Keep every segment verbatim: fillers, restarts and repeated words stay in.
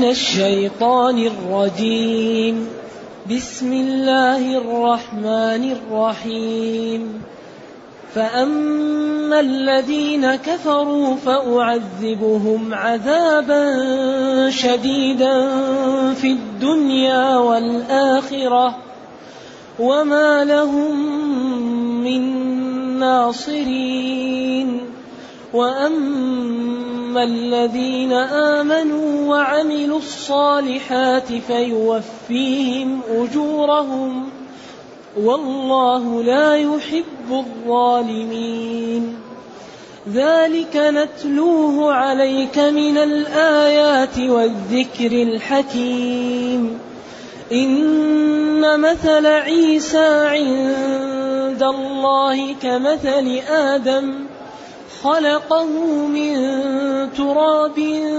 الشيطان الرجيم. بسم الله الرحمن الرحيم. فأما الذين كفروا فأعذبهم عذابا شديدا في الدنيا والآخرة وما لهم من ناصرين. وأما الذين آمنوا وعملوا الصالحات فيوفيهم أجورهم والله لا يحب الظالمين. ذلك نتلوه عليك من الآيات والذكر الحكيم. إن مثل عيسى عند الله كمثل آدم خلقه من تراب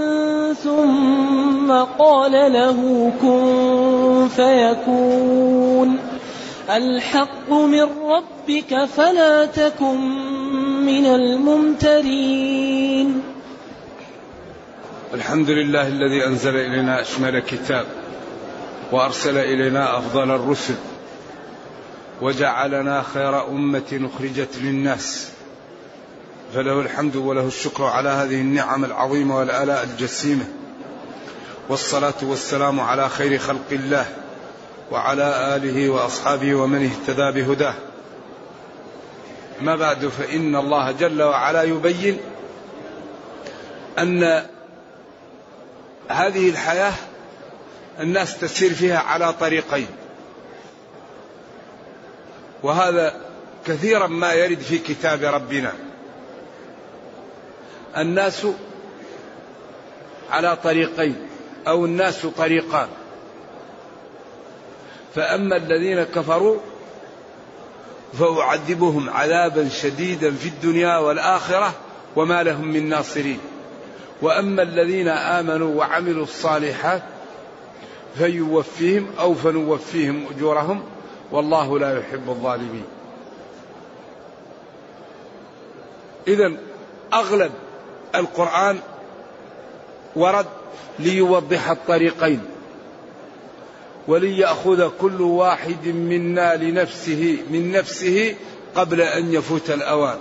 ثم قال له كن فيكون. الحق من ربك فلا تكن من الممترين. الحمد لله الذي أنزل إلينا أشمل كتاب وأرسل إلينا أفضل الرسل وجعلنا خير أمة أخرجت للناس، فله الحمد وله الشكر على هذه النعم العظيمة والآلاء الجسيمة، والصلاة والسلام على خير خلق الله وعلى آله وأصحابه ومن اهتدى بهداه. ما بعد، فإن الله جل وعلا يبين أن هذه الحياة الناس تسير فيها على طريقين، وهذا كثيرا ما يرد في كتاب ربنا. الناس على طريقين أو الناس طريقان. فأما الذين كفروا فأعذبهم عذابا شديدا في الدنيا والآخرة وما لهم من ناصرين. وأما الذين آمنوا وعملوا الصالحات فيوفيهم أو فنوفيهم أجورهم والله لا يحب الظالمين. إذن أغلب القرآن ورد ليوضح الطريقين وليأخذ كل واحد منا لنفسه من نفسه قبل أن يفوت الأوان.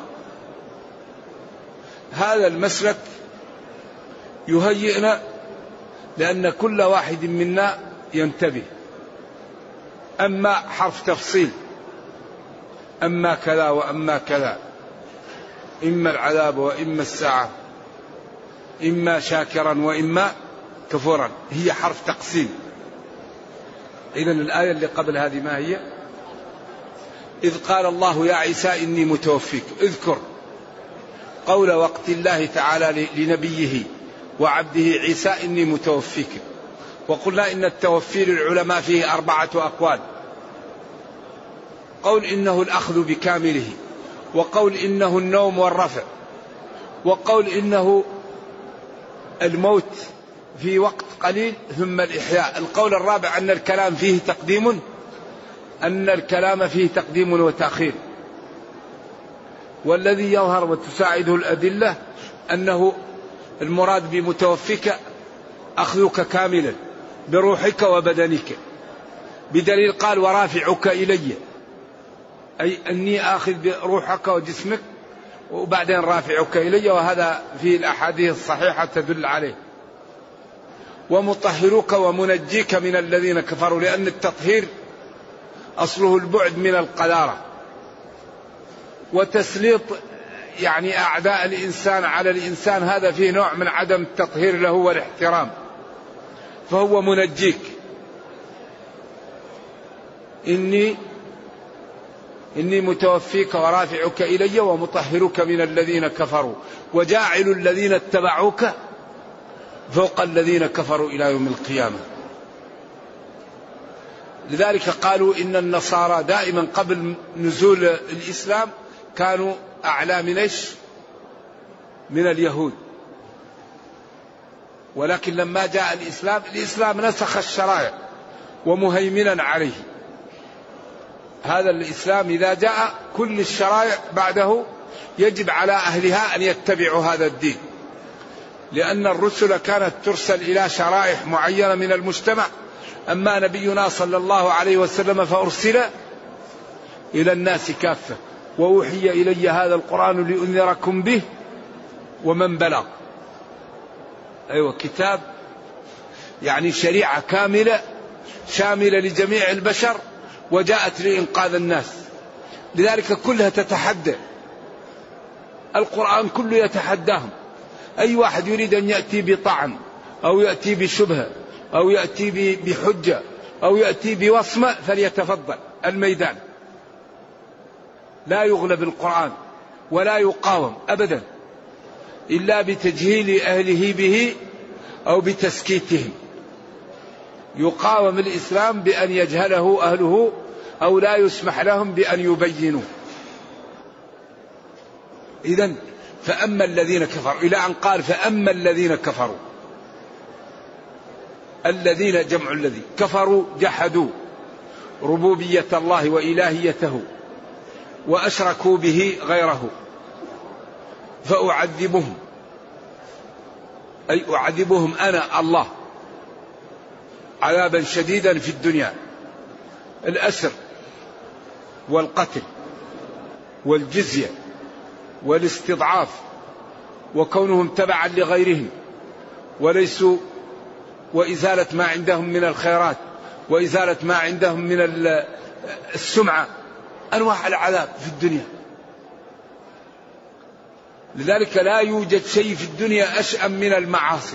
هذا المسلك يهيئنا لأن كل واحد منا ينتبه. أما حرف تفصيل، أما كذا وأما كذا، إما العذاب وإما الساعة، إما شاكرا وإما كفورا، هي حرف تقسيم. إذن الآية اللي قبل هذه ما هي؟ إذ قال الله يا عيسى إني متوفيك. اذكر قول وقت الله تعالى لنبيه وعبده عيسى إني متوفيك. وقلنا إن التوفي للعلماء فيه أربعة أقوال. قول إنه الأخذ بكامله، وقول إنه النوم والرفع، وقول إنه الموت في وقت قليل ثم الإحياء. القول الرابع أن الكلام فيه تقديم أن الكلام فيه تقديم وتأخير. والذي يظهر وتساعده الأدلة أنه المراد بمتوفيك أخذك كاملا بروحك وبدنك، بدليل قال ورافعك إلي، أي أني آخذ بروحك وجسمك وبعدين رافعك إلي، وهذا في الأحاديث الصحيحة تدل عليه. ومطهرك ومنجيك من الذين كفروا، لأن التطهير أصله البعد من القذارة، وتسليط يعني أعداء الإنسان على الإنسان هذا فيه نوع من عدم التطهير له والاحترام، فهو منجيك. إني إني متوفيك ورافعك إلي ومطهرك من الذين كفروا وجاعل الذين اتبعوك فوق الذين كفروا إلى يوم القيامة. لذلك قالوا إن النصارى دائما قبل نزول الإسلام كانوا أعلى من إيش؟ من اليهود. ولكن لما جاء الإسلام، الإسلام نسخ الشرائع ومهيمنا عليه. هذا الإسلام إذا جاء كل الشرائع بعده يجب على أهلها أن يتبعوا هذا الدين. لأن الرسل كانت ترسل إلى شرائح معينة من المجتمع، أما نبينا صلى الله عليه وسلم فأرسل إلى الناس كافة، وأوحي إلي هذا القرآن لأنذركم به ومن بلغ. أيوة، كتاب يعني شريعة كاملة شاملة لجميع البشر، وجاءت لإنقاذ الناس. لذلك كلها تتحدى، القرآن كله يتحداهم. أي واحد يريد أن يأتي بطعن أو يأتي بشبهة أو يأتي بحجة أو يأتي بوصمة فليتفضل، الميدان لا يغلب القرآن ولا يقاوم أبدا إلا بتجهيل أهله به أو بتسكيتهم. يقاوم الإسلام بأن يجهله أهله أو لا يسمح لهم بأن يبينوا. إذن فأما الذين كفروا، إلى أن قال فأما الذين كفروا، الذين جمع الذي كفروا جحدوا ربوبية الله وإلهيته وأشركوا به غيره، فأعذبهم، أي أعذبهم أنا الله عذابا شديدا في الدنيا، الأسر والقتل والجزية والاستضعاف وكونهم تبعا لغيرهم وليسوا، وإزالة ما عندهم من الخيرات وإزالة ما عندهم من السمعة، أنواع العذاب في الدنيا. لذلك لا يوجد شيء في الدنيا أشأم من المعاصي،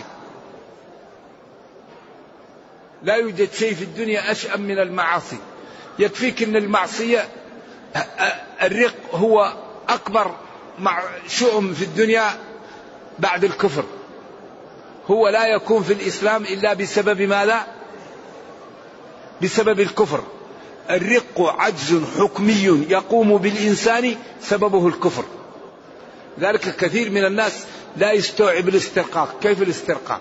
لا يوجد شيء في الدنيا أشأم من المعاصي. يكفيك أن المعصية الرق هو أكبر شؤم في الدنيا بعد الكفر، هو لا يكون في الإسلام إلا بسبب ماذا؟ بسبب الكفر. الرق عجز حكمي يقوم بالإنسان سببه الكفر. ذلك كثير من الناس لا يستوعب الاسترقاق. كيف الاسترقاق؟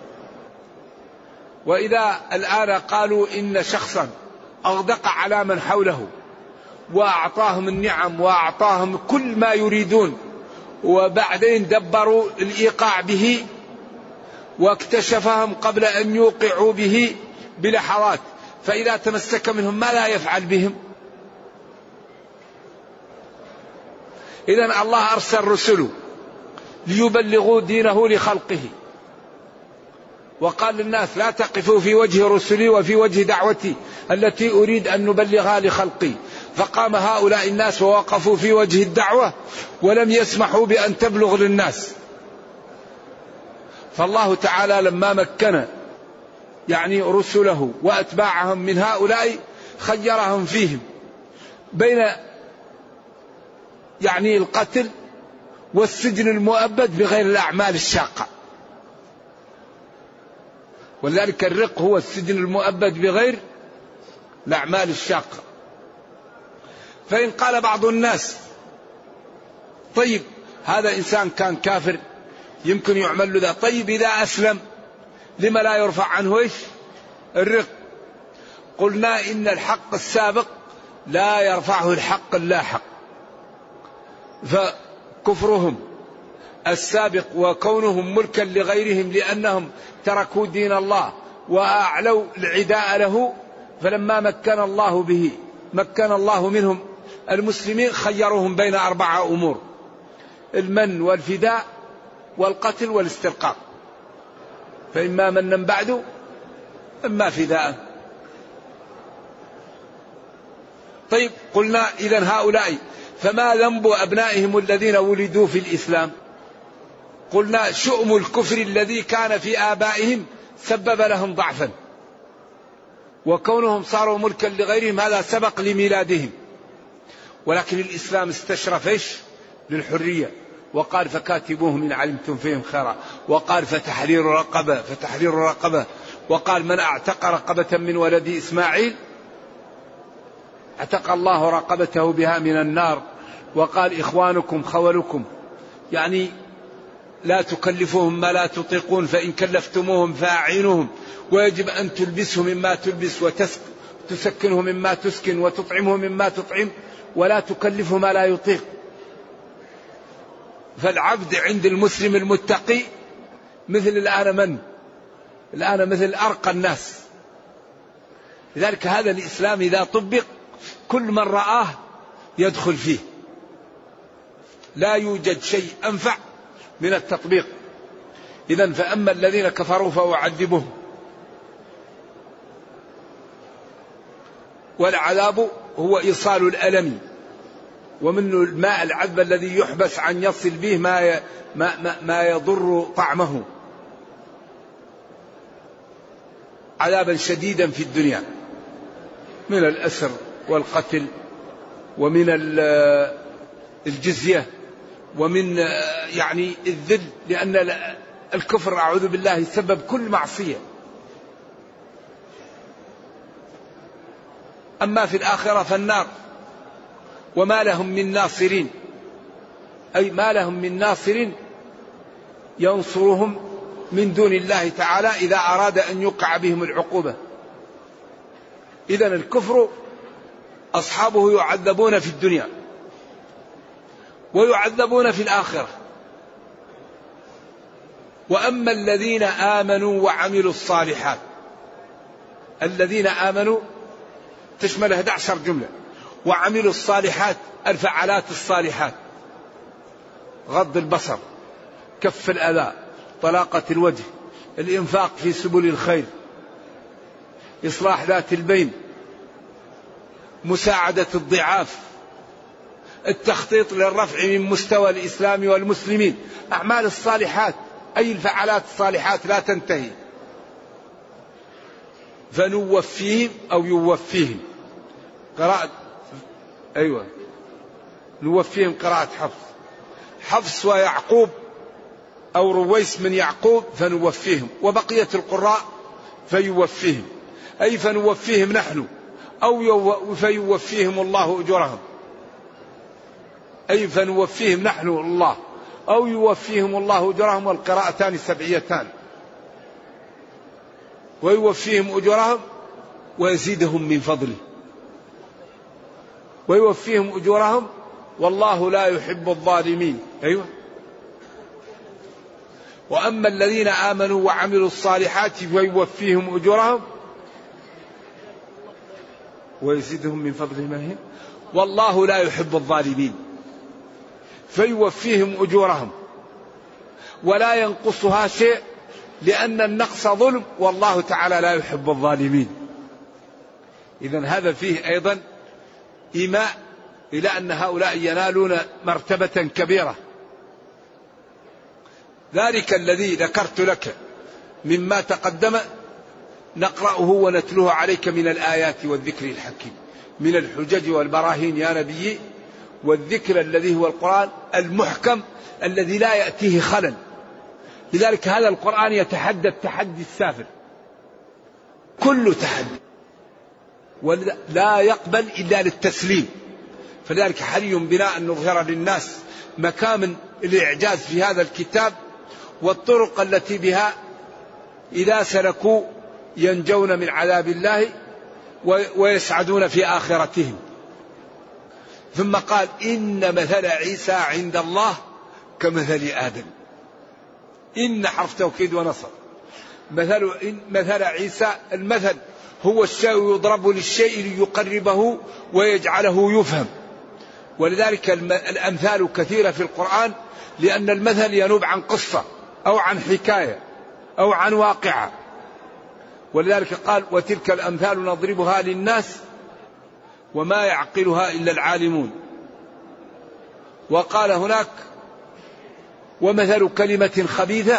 وإذا الآن قالوا إن شخصا أغدق على من حوله وأعطاهم النعم وأعطاهم كل ما يريدون، وبعدين دبروا الإيقاع به واكتشفهم قبل أن يوقعوا به بلحظات، فإذا تمسك منهم ما لا يفعل بهم؟ إذن الله أرسل رسله ليبلغوا دينه لخلقه، وقال للناس لا تقفوا في وجه رسلي وفي وجه دعوتي التي أريد أن نبلغها لخلقي. فقام هؤلاء الناس ووقفوا في وجه الدعوة ولم يسمحوا بأن تبلغ للناس. فالله تعالى لما مكن يعني رسله وأتباعهم من هؤلاء خيرهم فيهم بين يعني القتل والسجن المؤبد بغير الأعمال الشاقة. ولذلك الرق هو السجن المؤبد بغير الأعمال الشاقة. فإن قال بعض الناس طيب هذا إنسان كان كافر يمكن يعمل له ذا، طيب إذا أسلم لما لا يرفع عنه إيش؟ الرق. قلنا إن الحق السابق لا يرفعه الحق اللاحق، فكفرهم السابق وكونهم ملكا لغيرهم لأنهم تركوا دين الله وأعلوا العداء له، فلما مكن الله به مكن الله منهم المسلمين خيرهم بين أربعة أمور: المن والفداء والقتل والاسترقاق، فإما منا بعد إما فداء. طيب قلنا إذن هؤلاء فما ذنب أبنائهم الذين ولدوا في الإسلام؟ قلنا شؤم الكفر الذي كان في آبائهم سبب لهم ضعفا، وكونهم صاروا ملكا لغيرهم هذا سبق لميلادهم. ولكن الإسلام استشرف إيش؟ للحرية، وقال فكاتبوهم إن علمتم فيهم خيرا، وقال فتحرير رقبة فتحرير رقبة، وقال من اعتق رقبة من ولد إسماعيل اعتق الله رقبته بها من النار، وقال إخوانكم خولكم، يعني لا تكلفوهم ما لا تطيقون، فإن كلفتموهم فأعينوهم، ويجب أن تلبسهم مما تلبس وتسكنهم مما تسكن وتطعمهم مما تطعم، ولا تكلفه ما لا يطيق. فالعبد عند المسلم المتقي مثل الآن من الآن مثل أرقى الناس. لذلك هذا الإسلام إذا طبق كل من رآه يدخل فيه، لا يوجد شيء أنفع من التطبيق. إذن فأما الذين كفروا فأعذبهم، والعذاب هو إيصال الألم، ومن الماء العذب الذي يحبس عن يصل به ما ما ما يضر طعمه، عذابا شديدا في الدنيا من الأسر والقتل ومن الجزية ومن يعني الذل، لأن الكفر أعوذ بالله سبب كل معصية. أما في الآخرة فالنار، وما لهم من ناصرين، أي ما لهم من ناصر ينصرهم من دون الله تعالى إذا أراد أن يوقع بهم العقوبة. إذن الكفر أصحابه يعذبون في الدنيا ويعذبون في الآخرة. وأما الذين آمنوا وعملوا الصالحات، الذين آمنوا تشمل أحد عشر جملة، وعملوا الصالحات الفعالات الصالحات، غض البصر، كف الأذى، طلاقة الوجه، الإنفاق في سبل الخير، إصلاح ذات البين، مساعدة الضعاف، التخطيط للرفع من مستوى الإسلام والمسلمين. أعمال الصالحات أي الفعالات الصالحات لا تنتهي. فنوفيهم أو يوفيهم قراءة، أيوة نوفيهم قراءة حفص، حفص ويعقوب أو رويس من يعقوب فنوفيهم، وبقية القراء فيوفيهم، أي فنوفيهم نحن أو فيوفيهم الله أجورهم، أي فنوفيهم نحن الله أو يوفيهم الله أجورهم، والقراءتان سبعيتان. ويوفيهم أجورهم ويزيدهم من فضله، ويوفيهم أجورهم والله لا يحب الظالمين. أيوة. وأما الذين آمنوا وعملوا الصالحات فيوفيهم أجورهم ويزيدهم من فضله ما هي والله لا يحب الظالمين. فيوفيهم أجورهم ولا ينقصها شيء، لأن النقص ظلم والله تعالى لا يحب الظالمين. إذن هذا فيه أيضا إيماء إلى أن هؤلاء ينالون مرتبة كبيرة. ذلك الذي ذكرت لك مما تقدم نقرأه ونتلوه عليك من الآيات والذكر الحكيم، من الحجج والبراهين يا نبي، والذكر الذي هو القرآن المحكم الذي لا يأتيه خلل. لذلك هذا القرآن يتحدى التحدي السافر، كل تحدي، ولا يقبل إلا للتسليم. فلذلك حري بنا أن نظهر للناس مكامن الإعجاز في هذا الكتاب، والطرق التي بها إذا سلكوا ينجون من عذاب الله ويسعدون في آخرتهم. ثم قال إن مثل عيسى عند الله كمثل آدم. إن حرف توكيد ونصر. مثل, إن مثل عيسى، المثل هو الشيء يضرب للشيء ليقربه ويجعله يفهم. ولذلك الأمثال كثيرة في القرآن، لأن المثل ينوب عن قصة أو عن حكاية أو عن واقعة. ولذلك قال وتلك الأمثال نضربها للناس وما يعقلها إلا العالمون. وقال هناك ومثل كلمة خبيثة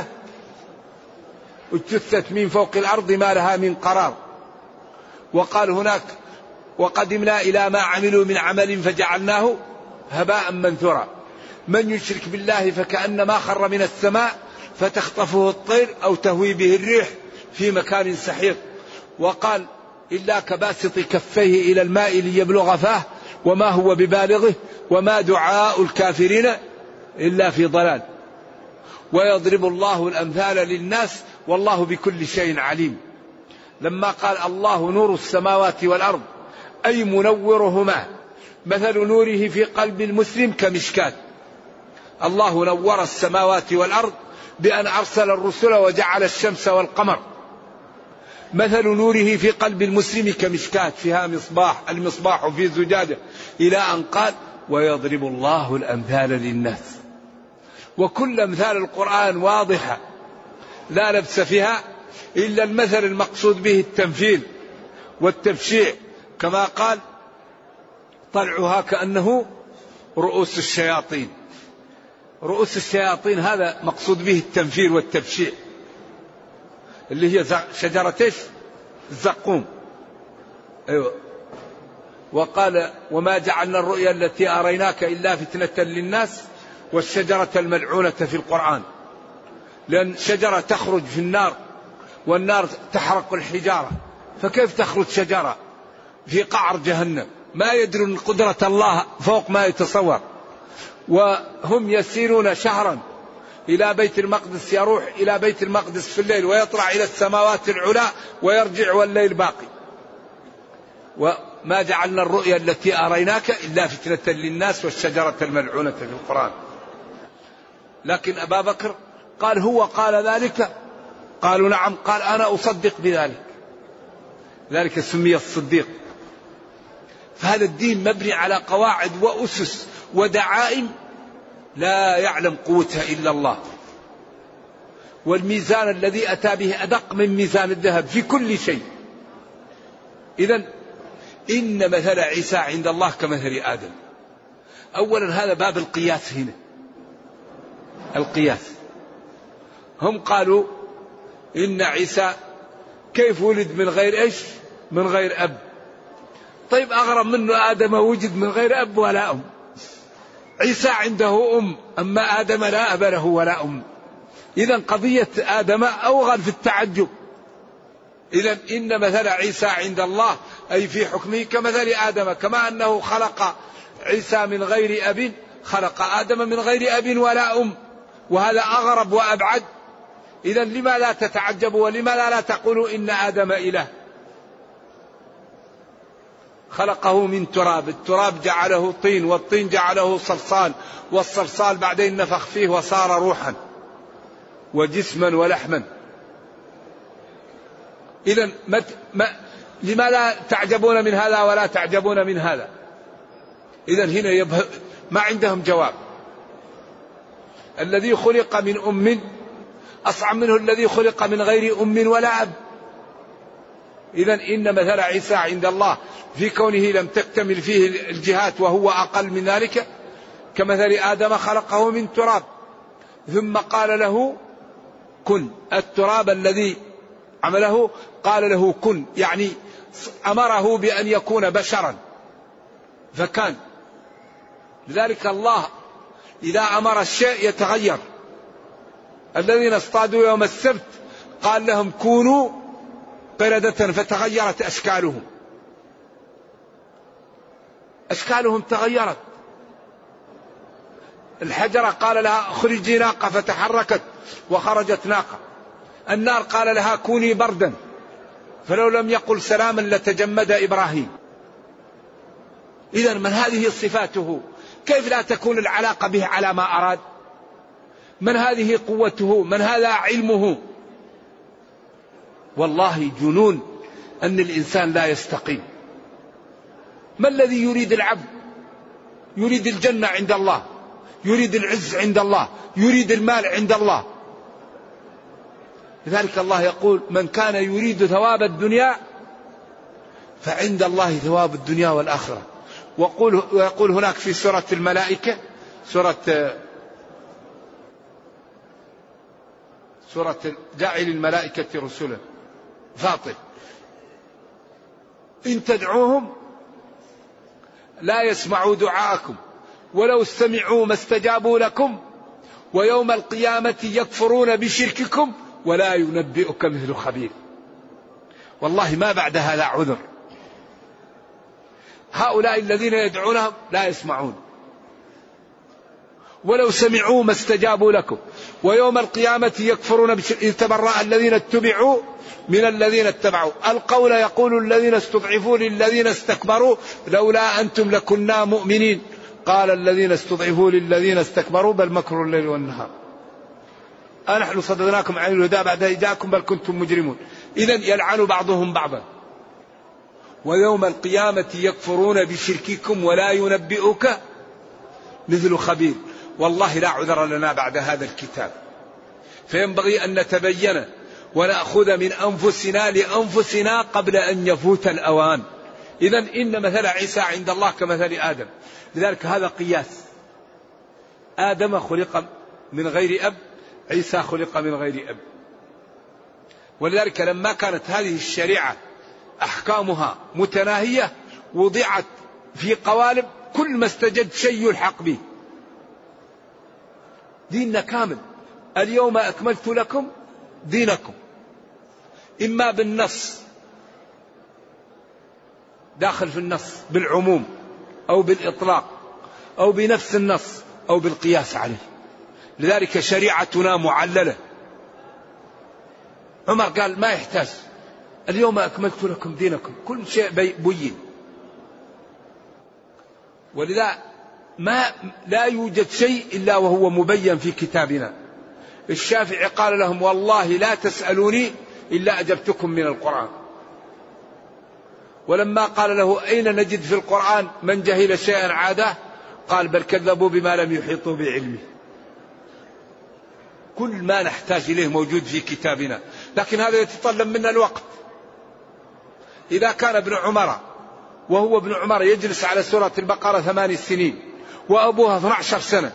اجتثت من فوق الأرض ما لها من قرار. وقال هناك وقدمنا إلى ما عملوا من عمل فجعلناه هباء منثورا. من يشرك بالله فكأنما خر من السماء فتخطفه الطير أو تهوي به الريح في مكان سحيق. وقال إلا كباسط كفيه إلى الماء ليبلغ فاه وما هو ببالغه وما دعاء الكافرين إلا في ضلال. ويضرب الله الأمثال للناس والله بكل شيء عليم. لما قال الله نور السماوات والأرض أي منورهما، مثل نوره في قلب المسلم كمشكاة. الله نور السماوات والأرض بأن أرسل الرسل وجعل الشمس والقمر مثل نوره في قلب المسلم كمشكاة فيها مصباح، المصباح في زجاجة، إلى أن قال ويضرب الله الأمثال للناس. وكل أمثال القرآن واضحة لا لبس فيها، إلا المثل المقصود به التمثيل والتبشيع، كما قال طلعها كأنه رؤوس الشياطين. رؤوس الشياطين هذا مقصود به التمثيل والتبشيع، اللي هي شجرة ايش؟ الزقوم. أيوة. وقال وما جعلنا الرؤيا التي أريناك إلا فتنة للناس والشجرة الملعونة في القرآن، لأن شجرة تخرج في النار والنار تحرق الحجارة، فكيف تخرج شجرة في قعر جهنم؟ ما يدرون قدرة الله فوق ما يتصور. وهم يسيرون شهرا إلى بيت المقدس، يروح إلى بيت المقدس في الليل ويطلع إلى السماوات العلى ويرجع والليل باقي. وما جعلنا الرؤيا التي أريناك إلا فتنة للناس والشجرة الملعونة في القرآن. لكن أبا بكر قال هو قال ذلك؟ قالوا نعم. قال أنا أصدق بذلك، ذلك سمي الصديق. فهذا الدين مبني على قواعد وأسس ودعائم لا يعلم قوتها إلا الله. والميزان الذي أتى به أدق من ميزان الذهب في كل شيء. إذن إن مثل عيسى عند الله كمثل آدم. أولا هذا باب القياس هنا، القياس. هم قالوا إن عيسى كيف ولد من غير إيش؟ من غير أب. طيب أغرب منه آدم وجد من غير أب ولا أم. عيسى عنده أم، أما آدم لا أب له ولا أم. إذن قضية آدم أوغل في التعجب. إذن إن مثل عيسى عند الله أي في حكمه كمثل آدم، كما أنه خلق عيسى من غير أب خلق آدم من غير أب ولا أم، وهذا أغرب وأبعد. إذن لما لا تتعجبوا ولما لا, لا تقولوا إن آدم إله؟ خلقه من تراب، التراب جعله طين، والطين جعله صلصال، والصلصال بعدين نفخ فيه وصار روحا وجسما ولحما. إذن لما لا تعجبون من هذا ولا تعجبون من هذا؟ إذن هنا يبه... ما عندهم جواب. الذي خلق من أم أصعب منه الذي خلق من غير أم ولا أب. إذن إن مثل عيسى عند الله في كونه لم تكتمل فيه الجهات وهو أقل من ذلك كمثل آدم خلقه من تراب ثم قال له كن. التراب الذي عمله قال له كن، يعني أمره بأن يكون بشرا فكان. لذلك الله إذا أمر الشيء يتغير. الذين اصطادوا يوم السبت قال لهم كونوا قردة فتغيرت أشكالهم، أشكالهم تغيرت. الحجرة قال لها اخرجي ناقة فتحركت وخرجت ناقة. النار قال لها كوني بردا، فلو لم يقل سلاما لتجمد إبراهيم. إذا من هذه صفاته كيف لا تكون العلاقة به على ما أراد؟ من هذه قوته؟ من هذا علمه؟ والله جنون أن الإنسان لا يستقيم. ما الذي يريد العبد؟ يريد الجنة عند الله، يريد العز عند الله، يريد المال عند الله. لذلك الله يقول من كان يريد ثواب الدنيا فعند الله ثواب الدنيا والآخرة. ويقول, ويقول هناك في سورة الملائكة، سورة سورة جاعل الملائكة رسلا فاطر، إن تدعوهم لا يسمعوا دعاءكم ولو استمعوا ما استجابوا لكم ويوم القيامة يكفرون بشرككم ولا ينبئك مثل خبير. والله ما بعد هذا عذر. هؤلاء الذين يدعونهم لا يسمعون، ولو سمعوا ما استجابوا لكم ويوم القيامة يكفرون بشرككم تبرأ الذين اتبعوا من الذين اتبعوا. القول يقول الذين استضعفوا للذين استكبروا لولا أنتم لكنا مؤمنين قال الذين استضعفوا للذين استكبروا بل مكروا الليل والنهار. أنحن صددناكم عن الهدى بعد إذ جاءكم بل كنتم مجرمون. إذن يلعن بعضهم بعضا. ويوم القيامة يكفرون بشرككم ولا ينبئك مثل خبير. والله لا عذر لنا بعد هذا الكتاب، فينبغي أن نتبين ونأخذ من أنفسنا لأنفسنا قبل أن يفوت الأوان. إذن إن مثل عيسى عند الله كمثل آدم. لذلك هذا قياس، آدم خلق من غير أب، عيسى خلق من غير أب. ولذلك لما كانت هذه الشريعة أحكامها متناهية وضعت في قوالب كل ما استجد شيء يلحق به. ديننا كامل، اليوم أكملت لكم دينكم، إما بالنص داخل في النص بالعموم أو بالإطلاق أو بنفس النص أو بالقياس عليه. لذلك شريعتنا معللة. عمر قال ما يحتاج، اليوم أكملت لكم دينكم، كل شيء بين. ولذا ما لا يوجد شيء إلا وهو مبين في كتابنا. الشافعي قال لهم والله لا تسألوني إلا أجبتكم من القرآن. ولما قال له أين نجد في القرآن من جهل شيئا عاده، قال بل كذبوا بما لم يحيطوا بعلمه. كل ما نحتاج إليه موجود في كتابنا، لكن هذا يتطلب منا الوقت. إذا كان ابن عمر وهو ابن عمر يجلس على سورة البقرة ثمان سنين وأبوها اثني عشر سنة،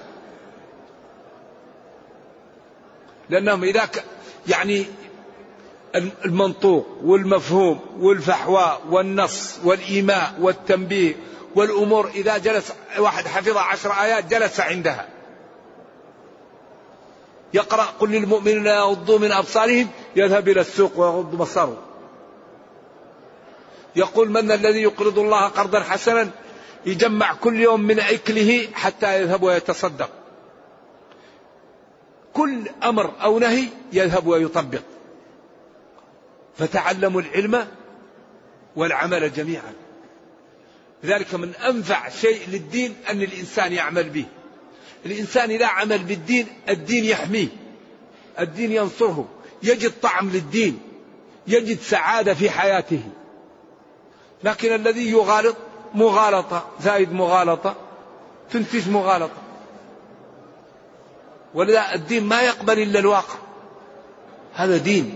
لأنهم إذا ك... يعني المنطوق والمفهوم والفحواء والنص والإيماء والتنبيه والأمور، إذا جلس واحد حفظ عشر آيات جلس عندها. يقرأ قل للمؤمنين يغضوا من أبصارهم، يذهب إلى السوق ويغض بصره. يقول من الذي يقرض الله قرضا حسنا، يجمع كل يوم من أكله حتى يذهب ويتصدق. كل أمر أو نهي يذهب ويطبق. فتعلموا العلم والعمل جميعا. لذلك من أنفع شيء للدين أن الإنسان يعمل به. الإنسان إذا عمل بالدين الدين يحميه، الدين ينصره، يجد طعم للدين، يجد سعادة في حياته. لكن الذي يغالط مغالطة زائد مغالطة تنتج مغالطة. ولذا الدين ما يقبل إلا الواقع، هذا دين.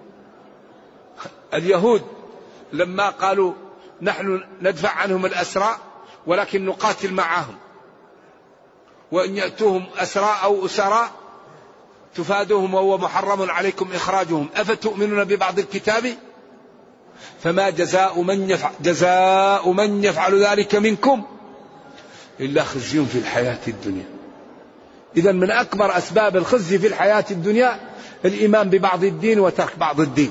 اليهود لما قالوا نحن ندفع عنهم الأسرى ولكن نقاتل معهم، وإن يأتوهم أسرى أو أسرى تفادوهم وهو محرم عليكم إخراجهم أفتؤمنون ببعض الكتاب فما جزاء من يفعل, جزاء من يفعل ذلك منكم إلا خزي في الحياة الدنيا. إذا من أكبر أسباب الخزي في الحياة الدنيا الإيمان ببعض الدين وترك بعض الدين.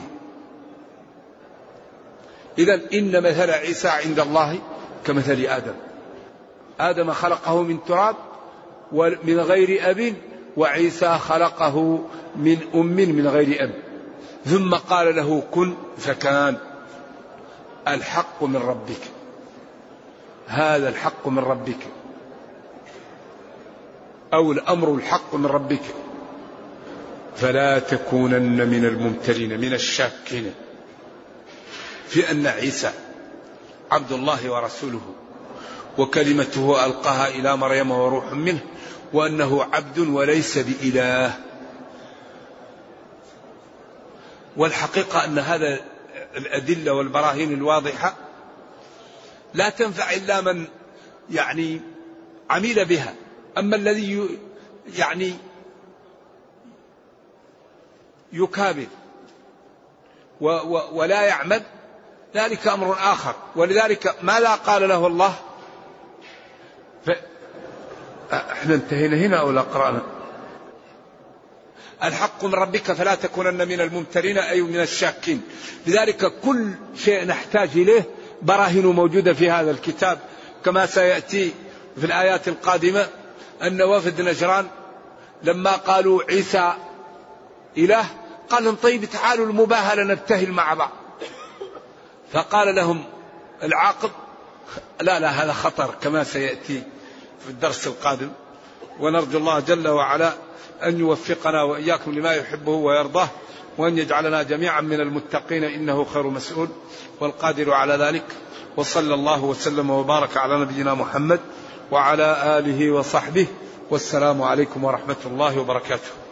إذا إن مثل عيسى عند الله كمثل آدم. آدم خلقه من تراب ومن غير أب، وعيسى خلقه من أم من غير أب، ثم قال له كن فكان. الحق من ربك، هذا الحق من ربك، أو الأمر الحق من ربك، فلا تكونن من الممترين من الشاكين في أن عيسى عبد الله ورسوله وكلمته ألقاها إلى مريم وروح منه، وأنه عبد وليس بإله. والحقيقة أن هذا الأدلة والبراهين الواضحة لا تنفع إلا من يعني عمل بها. أما الذي يعني يكابر ولا يعمل ذلك أمر آخر. ولذلك ماذا قال له الله؟ احنا انتهينا هنا أو لا قرأنا؟ الحق من ربك فلا تكونن من الممترين أي من الشاكين. لذلك كل شيء نحتاج إليه براهين موجودة في هذا الكتاب، كما سيأتي في الآيات القادمة أن وفد نجران لما قالوا عيسى إله قال لهم طيب تعالوا المباهلة نبتهل مع بعض. فقال لهم العاقب لا لا هذا خطر، كما سيأتي في الدرس القادم. ونرجو الله جل وعلا أن يوفقنا وإياكم لما يحبه ويرضاه، وأن يجعلنا جميعا من المتقين إنه خير مسؤول والقادر على ذلك. وصلى الله وسلم وبارك على نبينا محمد وعلى آله وصحبه، والسلام عليكم ورحمة الله وبركاته.